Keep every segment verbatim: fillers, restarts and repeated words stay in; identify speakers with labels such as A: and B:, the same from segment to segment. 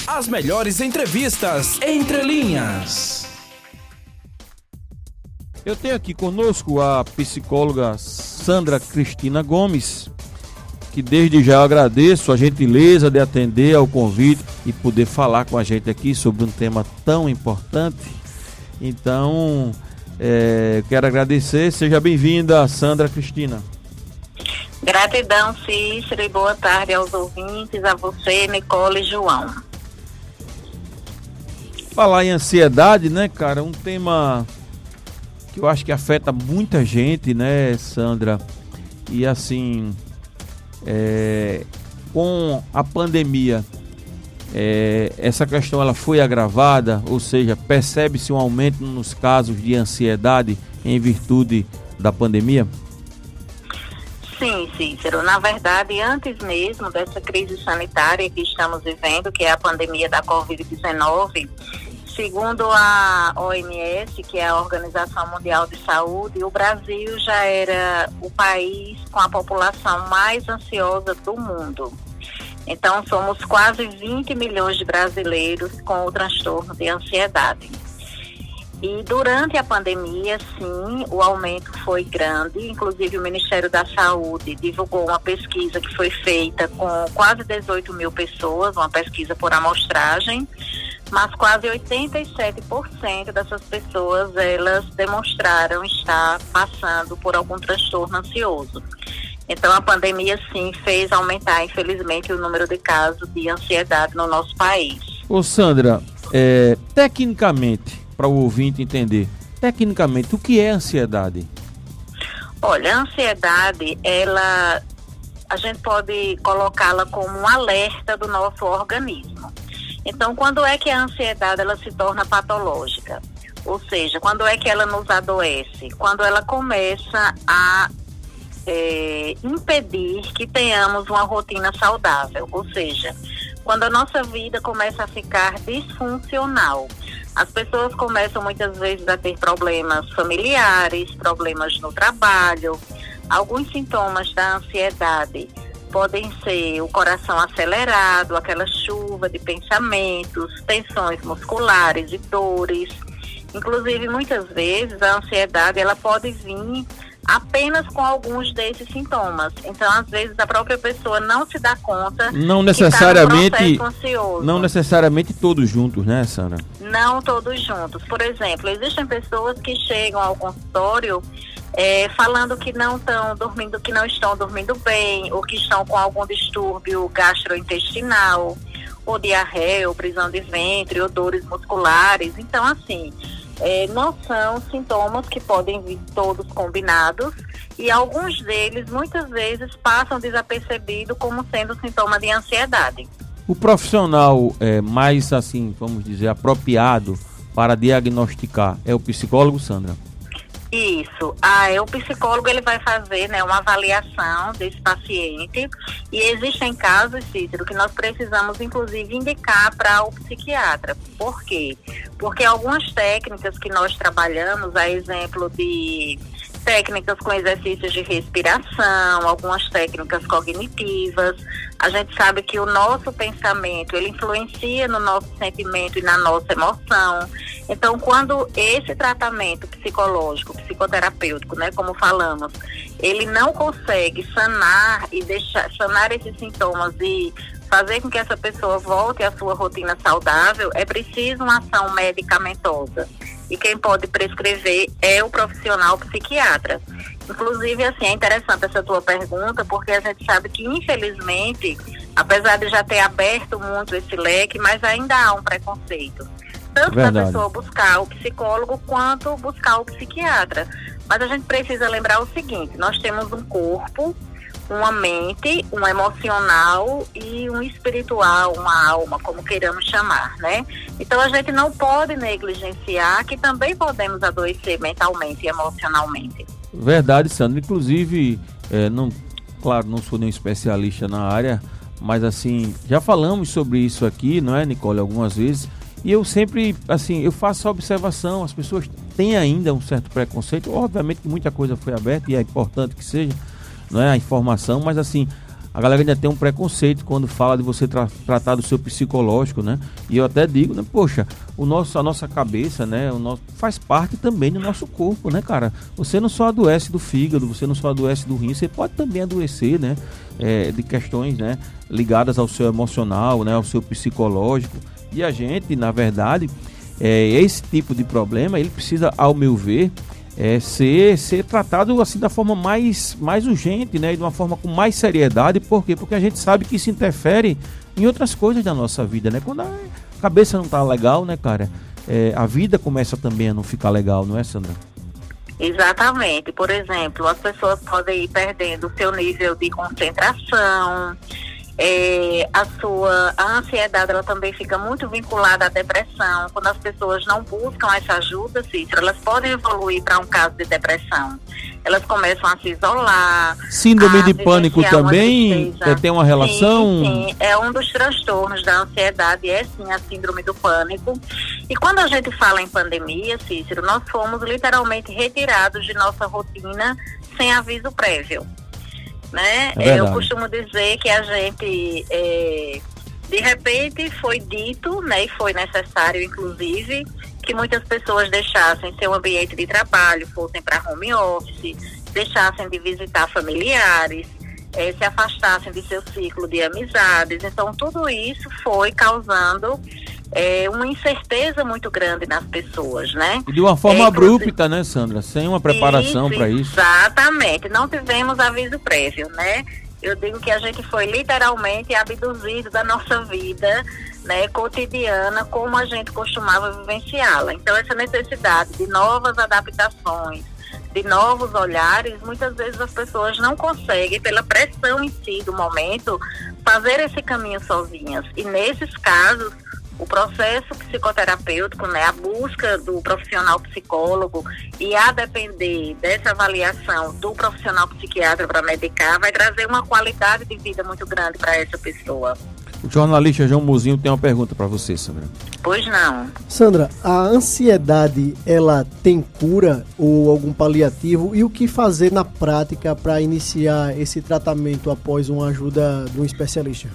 A: As melhores entrevistas Entre Linhas.
B: Eu tenho aqui conosco a psicóloga Sandra Cristina Gomes, que desde já eu agradeço a gentileza de atender ao convite e poder falar com a gente aqui sobre um tema tão importante. Então, é, quero agradecer. Seja bem-vinda, Sandra Cristina.
C: Gratidão, Cícero, e boa tarde aos ouvintes, a você, Nicole e João.
B: Falar em ansiedade, né, cara, um tema que eu acho que afeta muita gente, né, Sandra? E assim, é, com a pandemia, é, essa questão ela foi agravada, ou seja, percebe-se um aumento nos casos de ansiedade em virtude da pandemia?
C: Sim, Cícero. Na verdade, antes mesmo dessa crise sanitária que estamos vivendo, que é a pandemia da covid dezenove, segundo a O M S, que é a Organização Mundial de Saúde, o Brasil já era o país com a população mais ansiosa do mundo. Então, somos quase vinte milhões de brasileiros com o transtorno de ansiedade. E durante a pandemia, sim, o aumento foi grande. Inclusive, o Ministério da Saúde divulgou uma pesquisa que foi feita com quase dezoito mil pessoas, uma pesquisa por amostragem, mas quase oitenta e sete por cento dessas pessoas, elas demonstraram estar passando por algum transtorno ansioso. Então, a pandemia, sim, fez aumentar, infelizmente, o número de casos de ansiedade no nosso país.
B: Ô, Sandra, é, tecnicamente, para o ouvinte entender, tecnicamente, o que é ansiedade?
C: Olha, a ansiedade, ela, a gente pode colocá-la como um alerta do nosso organismo. Então, quando é que a ansiedade ela se torna patológica? Ou seja, quando é que ela nos adoece? Quando ela começa a é, impedir que tenhamos uma rotina saudável. Ou seja, quando a nossa vida começa a ficar disfuncional. As pessoas começam muitas vezes a ter problemas familiares, problemas no trabalho. Alguns sintomas da ansiedade podem ser o coração acelerado, aquela chuva de pensamentos, tensões musculares e dores. Inclusive, muitas vezes, a ansiedade ela pode vir apenas com alguns desses sintomas. Então, às vezes, a própria pessoa não se dá conta
B: não necessariamente,
C: que está num processo ansioso.
B: Não necessariamente todos juntos, né, Sandra?
C: Não todos juntos. Por exemplo, existem pessoas que chegam ao consultório É, falando que não estão dormindo, que não estão dormindo bem, ou que estão com algum distúrbio gastrointestinal, ou diarreia, ou prisão de ventre, ou dores musculares. Então, assim, é, não são sintomas que podem vir todos combinados, e alguns deles, muitas vezes, passam desapercebido como sendo sintoma de ansiedade.
B: O profissional é, mais, assim, vamos dizer, apropriado para diagnosticar é o psicólogo, Sandra?
C: Isso, ah, o psicólogo ele vai fazer, né, uma avaliação desse paciente, e existem casos, Cícero, que nós precisamos inclusive indicar para o psiquiatra. Por quê? Porque algumas técnicas que nós trabalhamos, a exemplo de técnicas com exercícios de respiração, algumas técnicas cognitivas, a gente sabe que o nosso pensamento, ele influencia no nosso sentimento e na nossa emoção. Então, quando esse tratamento psicológico, psicoterapêutico, né, como falamos, ele não consegue sanar e deixar, sanar esses sintomas e fazer com que essa pessoa volte à sua rotina saudável, é preciso uma ação medicamentosa. E quem pode prescrever é o profissional psiquiatra. Inclusive, assim, é interessante essa tua pergunta, porque a gente sabe que, infelizmente, apesar de já ter aberto muito esse leque, mas ainda há um preconceito. Tanto da pessoa buscar o psicólogo, quanto buscar o psiquiatra. Mas a gente precisa lembrar o seguinte, nós temos um corpo, uma mente, um emocional e um espiritual, uma alma, como queiramos chamar, né? Então a gente não pode negligenciar que também podemos adoecer mentalmente e emocionalmente.
B: Verdade, Sandra. Inclusive, é, não, claro, não sou nenhum especialista na área, mas assim, já falamos sobre isso aqui, não é, Nicole, algumas vezes, e eu sempre, assim, eu faço a observação, as pessoas têm ainda um certo preconceito, obviamente que muita coisa foi aberta e é importante que seja, não é, a informação, mas assim, a galera ainda tem um preconceito quando fala de você tra- tratar do seu psicológico, né? E eu até digo, né? Poxa, o nosso, a nossa cabeça, né? O nosso, faz parte também do nosso corpo, né, cara? Você não só adoece do fígado, você não só adoece do rim, você pode também adoecer, né? É, de questões, né? Ligadas ao seu emocional, né? Ao seu psicológico. E a gente, na verdade, é, esse tipo de problema, ele precisa, ao meu ver, É ser, ser tratado assim da forma mais, mais urgente, né? E de uma forma com mais seriedade. Por quê? Porque a gente sabe que isso interfere em outras coisas da nossa vida, né? Quando a cabeça não tá legal, né, cara? É, a vida começa também a não ficar legal, não é, Sandra?
C: Exatamente. Por exemplo, as pessoas podem ir perdendo o seu nível de concentração. É, a sua a ansiedade, ela também fica muito vinculada à depressão. Quando as pessoas não buscam essa ajuda, Cícero, elas podem evoluir para um caso de depressão. Elas começam a se isolar.
B: Síndrome de pânico também é, tem uma relação?
C: Sim, sim, é um dos transtornos da ansiedade, é sim a síndrome do pânico. E quando a gente fala em pandemia, Cícero, nós fomos literalmente retirados de nossa rotina sem aviso prévio. Né?
B: É
C: eu costumo dizer que a gente é, de repente foi dito, né, e foi necessário inclusive que muitas pessoas deixassem seu ambiente de trabalho, fossem para home office, deixassem de visitar familiares, é, se afastassem de seu ciclo de amizades. Então tudo isso foi causando É uma incerteza muito grande nas pessoas, né?
B: E de uma forma
C: é,
B: abrupta, né, Sandra? Sem uma preparação para isso.
C: Exatamente. Não tivemos aviso prévio, né? Eu digo que a gente foi literalmente abduzido da nossa vida, né, cotidiana, como a gente costumava vivenciá-la. Então, essa necessidade de novas adaptações, de novos olhares, muitas vezes as pessoas não conseguem, pela pressão em si do momento, fazer esse caminho sozinhas. E nesses casos, o processo psicoterapêutico, né, a busca do profissional psicólogo e a depender dessa avaliação do profissional psiquiatra para medicar, vai trazer uma qualidade de vida muito grande para essa pessoa.
B: O jornalista João Mozinho tem uma pergunta para você, Sandra.
C: Pois não.
D: Sandra, a ansiedade, ela tem cura ou algum paliativo? E o que fazer na prática para iniciar esse tratamento após uma ajuda de um especialista?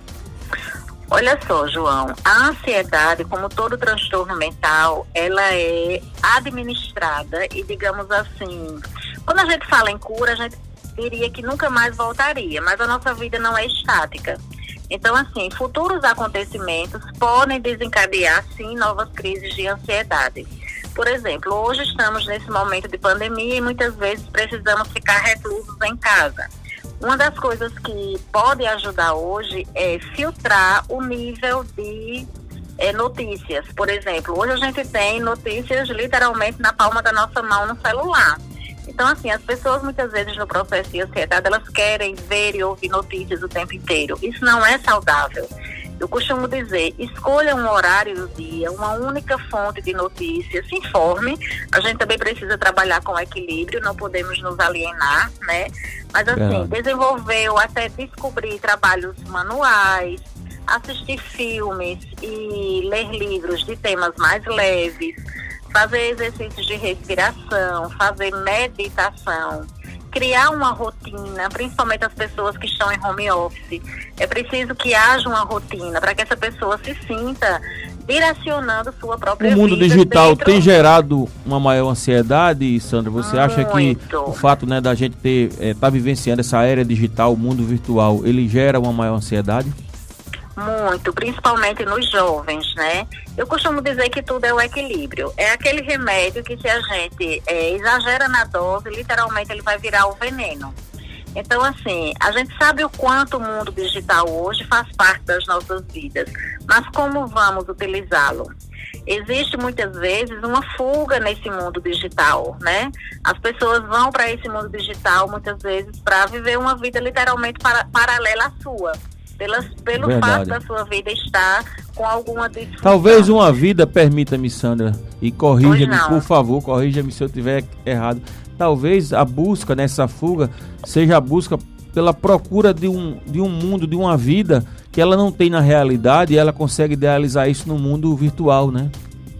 C: Olha só, João, a ansiedade, como todo transtorno mental, ela é administrada e, digamos assim, quando a gente fala em cura, a gente diria que nunca mais voltaria, mas a nossa vida não é estática. Então, assim, futuros acontecimentos podem desencadear, sim, novas crises de ansiedade. Por exemplo, hoje estamos nesse momento de pandemia e muitas vezes precisamos ficar reclusos em casa. Uma das coisas que pode ajudar hoje é filtrar o nível de é, notícias. Por exemplo, hoje a gente tem notícias literalmente na palma da nossa mão no celular. Então, assim, as pessoas muitas vezes no processo de ansiedade, elas querem ver e ouvir notícias o tempo inteiro. Isso não é saudável. Eu costumo dizer, escolha um horário do dia, uma única fonte de notícias, se informe. A gente também precisa trabalhar com equilíbrio, não podemos nos alienar, né? Mas assim, é. desenvolver ou até descobrir trabalhos manuais, assistir filmes e ler livros de temas mais leves, fazer exercícios de respiração, fazer meditação, criar uma rotina, principalmente as pessoas que estão em home office. É preciso que haja uma rotina para que essa pessoa se sinta direcionando sua própria vida.
B: O mundo digital
C: dentro...
B: tem gerado uma maior ansiedade, Sandra? Você
C: Muito.
B: acha que o fato, né, da gente ter é, tá vivenciando essa era digital, o mundo virtual, ele gera uma maior ansiedade?
C: Muito, principalmente nos jovens, né? Eu costumo dizer que tudo é o equilíbrio. É aquele remédio que se a gente é, exagera na dose, literalmente ele vai virar o veneno. Então, assim, a gente sabe o quanto o mundo digital hoje faz parte das nossas vidas, mas como vamos utilizá-lo? Existe muitas vezes uma fuga nesse mundo digital, né? As pessoas vão para esse mundo digital muitas vezes para viver uma vida literalmente para, paralela à sua. Pelas, pelo
B: Verdade.
C: fato da sua vida estar com alguma disfunção.
B: Talvez uma vida, permita-me, Sandra, e corrija-me,
C: Pois não.
B: por favor, corrija-me se eu estiver errado. Talvez a busca nessa fuga seja a busca pela procura de um, de um mundo, de uma vida que ela não tem na realidade e ela consegue idealizar isso no mundo virtual, né?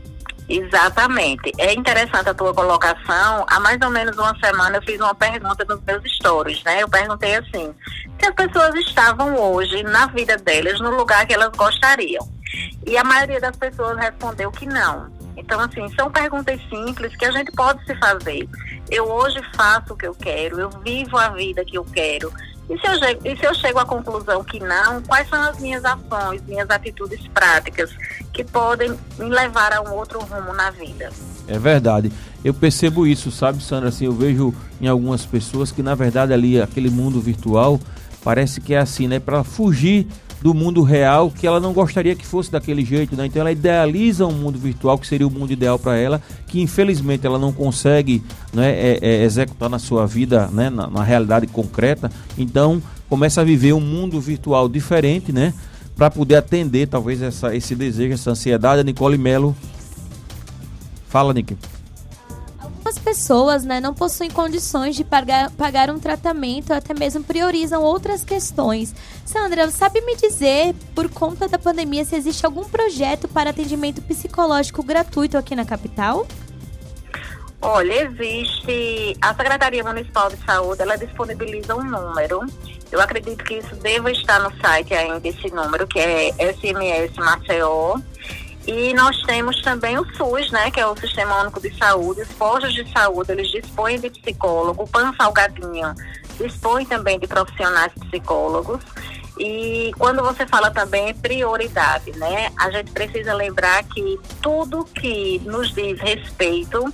C: Exatamente. É interessante a tua colocação. Há mais ou menos uma semana eu fiz uma pergunta nos meus stories, né? Eu perguntei assim, se as pessoas estavam hoje na vida delas no lugar que elas gostariam. E a maioria das pessoas respondeu que não. Então, assim, são perguntas simples que a gente pode se fazer. Eu hoje faço o que eu quero, eu vivo a vida que eu quero. E se eu chego, e se eu chego à conclusão que não, quais são as minhas ações, minhas atitudes práticas que podem me levar a um outro rumo na vida?
B: É verdade. Eu percebo isso, sabe, Sandra? Assim, eu vejo em algumas pessoas que, na verdade, ali, aquele mundo virtual, parece que é assim, né? Para fugir do mundo real, que ela não gostaria que fosse daquele jeito, né? Então ela idealiza um mundo virtual que seria o mundo ideal para ela, que infelizmente ela não consegue, né, é, é, executar na sua vida, né, na, na realidade concreta. Então começa a viver um mundo virtual diferente, né, para poder atender talvez essa, esse desejo, essa ansiedade. A Nicole Melo. Fala, Nick.
E: Algumas pessoas, né, não possuem condições de pagar, pagar um tratamento, ou até mesmo priorizam outras questões. Sandra, sabe me dizer, por conta da pandemia, se existe algum projeto para atendimento psicológico gratuito aqui na capital?
C: Olha, existe. A Secretaria Municipal de Saúde, ela disponibiliza um número. Eu acredito que isso deva estar no site ainda, esse número, que é S M S Maceió. E nós temos também o SUS, né, que é o Sistema Único de Saúde. Os postos de saúde, eles dispõem de psicólogo. O Pan Salgadinho dispõe também de profissionais psicólogos. E quando você fala também em prioridade, né, a gente precisa lembrar que tudo que nos diz respeito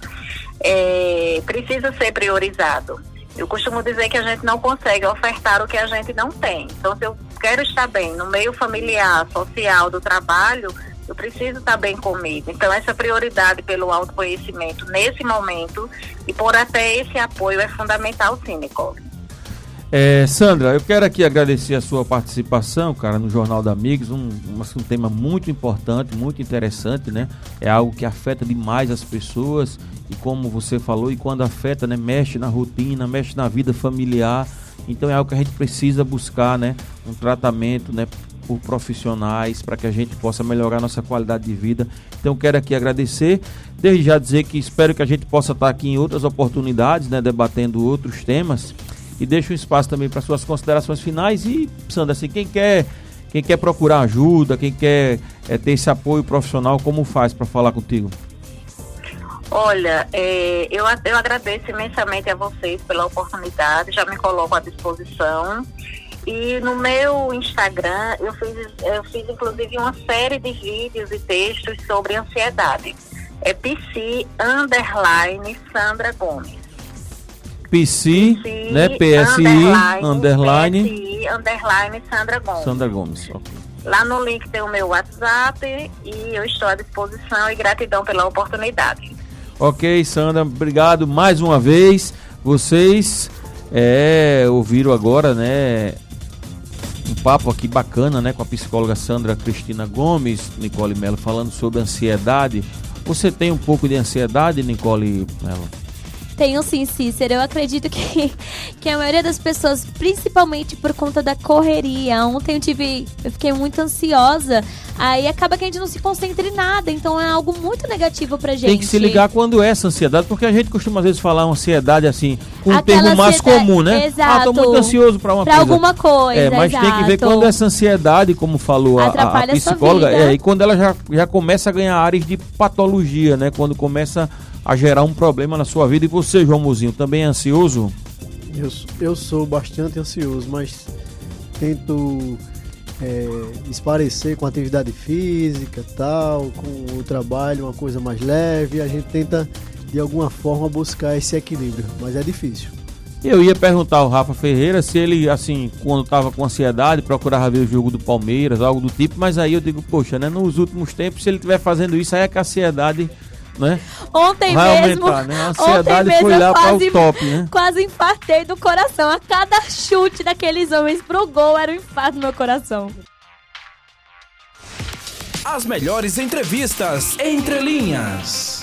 C: é, precisa ser priorizado. Eu costumo dizer que a gente não consegue ofertar o que a gente não tem. Então, se eu quero estar bem no meio familiar, social, do trabalho, eu preciso estar bem comigo. Então, essa prioridade pelo autoconhecimento nesse momento e por até esse apoio é fundamental, sim, Nicole.
B: É, Sandra, eu quero aqui agradecer a sua participação, cara, no Jornal da Amigos, um, um, um tema muito importante, muito interessante, né? É algo que afeta demais as pessoas e, como você falou, e quando afeta, né, mexe na rotina, mexe na vida familiar. Então é algo que a gente precisa buscar, né, um tratamento, né, por profissionais, para que a gente possa melhorar a nossa qualidade de vida. Então quero aqui agradecer, desde já dizer que espero que a gente possa estar aqui em outras oportunidades, né, debatendo outros temas, e deixo um espaço também para suas considerações finais. E, Sandra, assim, quem quer, quem quer procurar ajuda, quem quer é, ter esse apoio profissional, como faz para falar contigo?
C: Olha, é, eu, eu agradeço imensamente a vocês pela oportunidade, já me coloco à disposição. E no meu Instagram eu fiz, eu fiz inclusive uma série de vídeos e textos sobre ansiedade. É Psi underline Sandra Gomes.
B: Psi,
C: Psi,
B: né? P S I underline, underline,
C: P S I, underline Sandra Gomes.
B: Sandra Gomes, ok.
C: Lá no link tem o meu WhatsApp e eu estou à disposição, e gratidão pela oportunidade.
B: Ok, Sandra, obrigado mais uma vez. Vocês é, ouviram agora, né, um papo aqui bacana, né, com a psicóloga Sandra Cristina Gomes, Nicole Melo, falando sobre ansiedade. Você tem um pouco de ansiedade, Nicole Melo?
E: Tenho sim, Cícero. Eu acredito que, que a maioria das pessoas, principalmente por conta da correria. Ontem eu tive, eu fiquei muito ansiosa, aí acaba que a gente não se concentra em nada, então é algo muito negativo pra gente.
B: Tem que se ligar quando é essa ansiedade, porque a gente costuma às vezes falar uma ansiedade assim, com um
E: Aquela
B: termo mais
E: ansiedade,
B: comum, né?
E: exato.
B: Ah, tô muito ansioso pra uma
E: pra
B: coisa.
E: alguma coisa,
B: É, mas
E: exato.
B: tem que ver quando essa ansiedade, como falou a, a, a psicóloga, é, e quando ela já, já começa a ganhar áreas de patologia, né? Quando começa a gerar um problema na sua vida. E você, João Mozinho, também é ansioso?
D: Eu, eu sou bastante ansioso, mas tento é, esparecer com atividade física, tal, com o trabalho, uma coisa mais leve. A gente tenta, de alguma forma, buscar esse equilíbrio, mas é difícil.
B: Eu ia perguntar ao Rafa Ferreira se ele, assim, quando estava com ansiedade, procurava ver o jogo do Palmeiras, algo do tipo, mas aí eu digo, poxa, né, nos últimos tempos, se ele estiver fazendo isso, aí é que a ansiedade... Né?
E: Ontem
B: vai
E: mesmo,
B: aumentar, né? A ansiedade
E: ontem
B: foi
E: mesmo
B: lá para
E: quase,
B: o top, né?
E: Quase infartei do coração. A cada chute daqueles homens pro gol era um infarto no meu coração.
A: As melhores entrevistas entre linhas.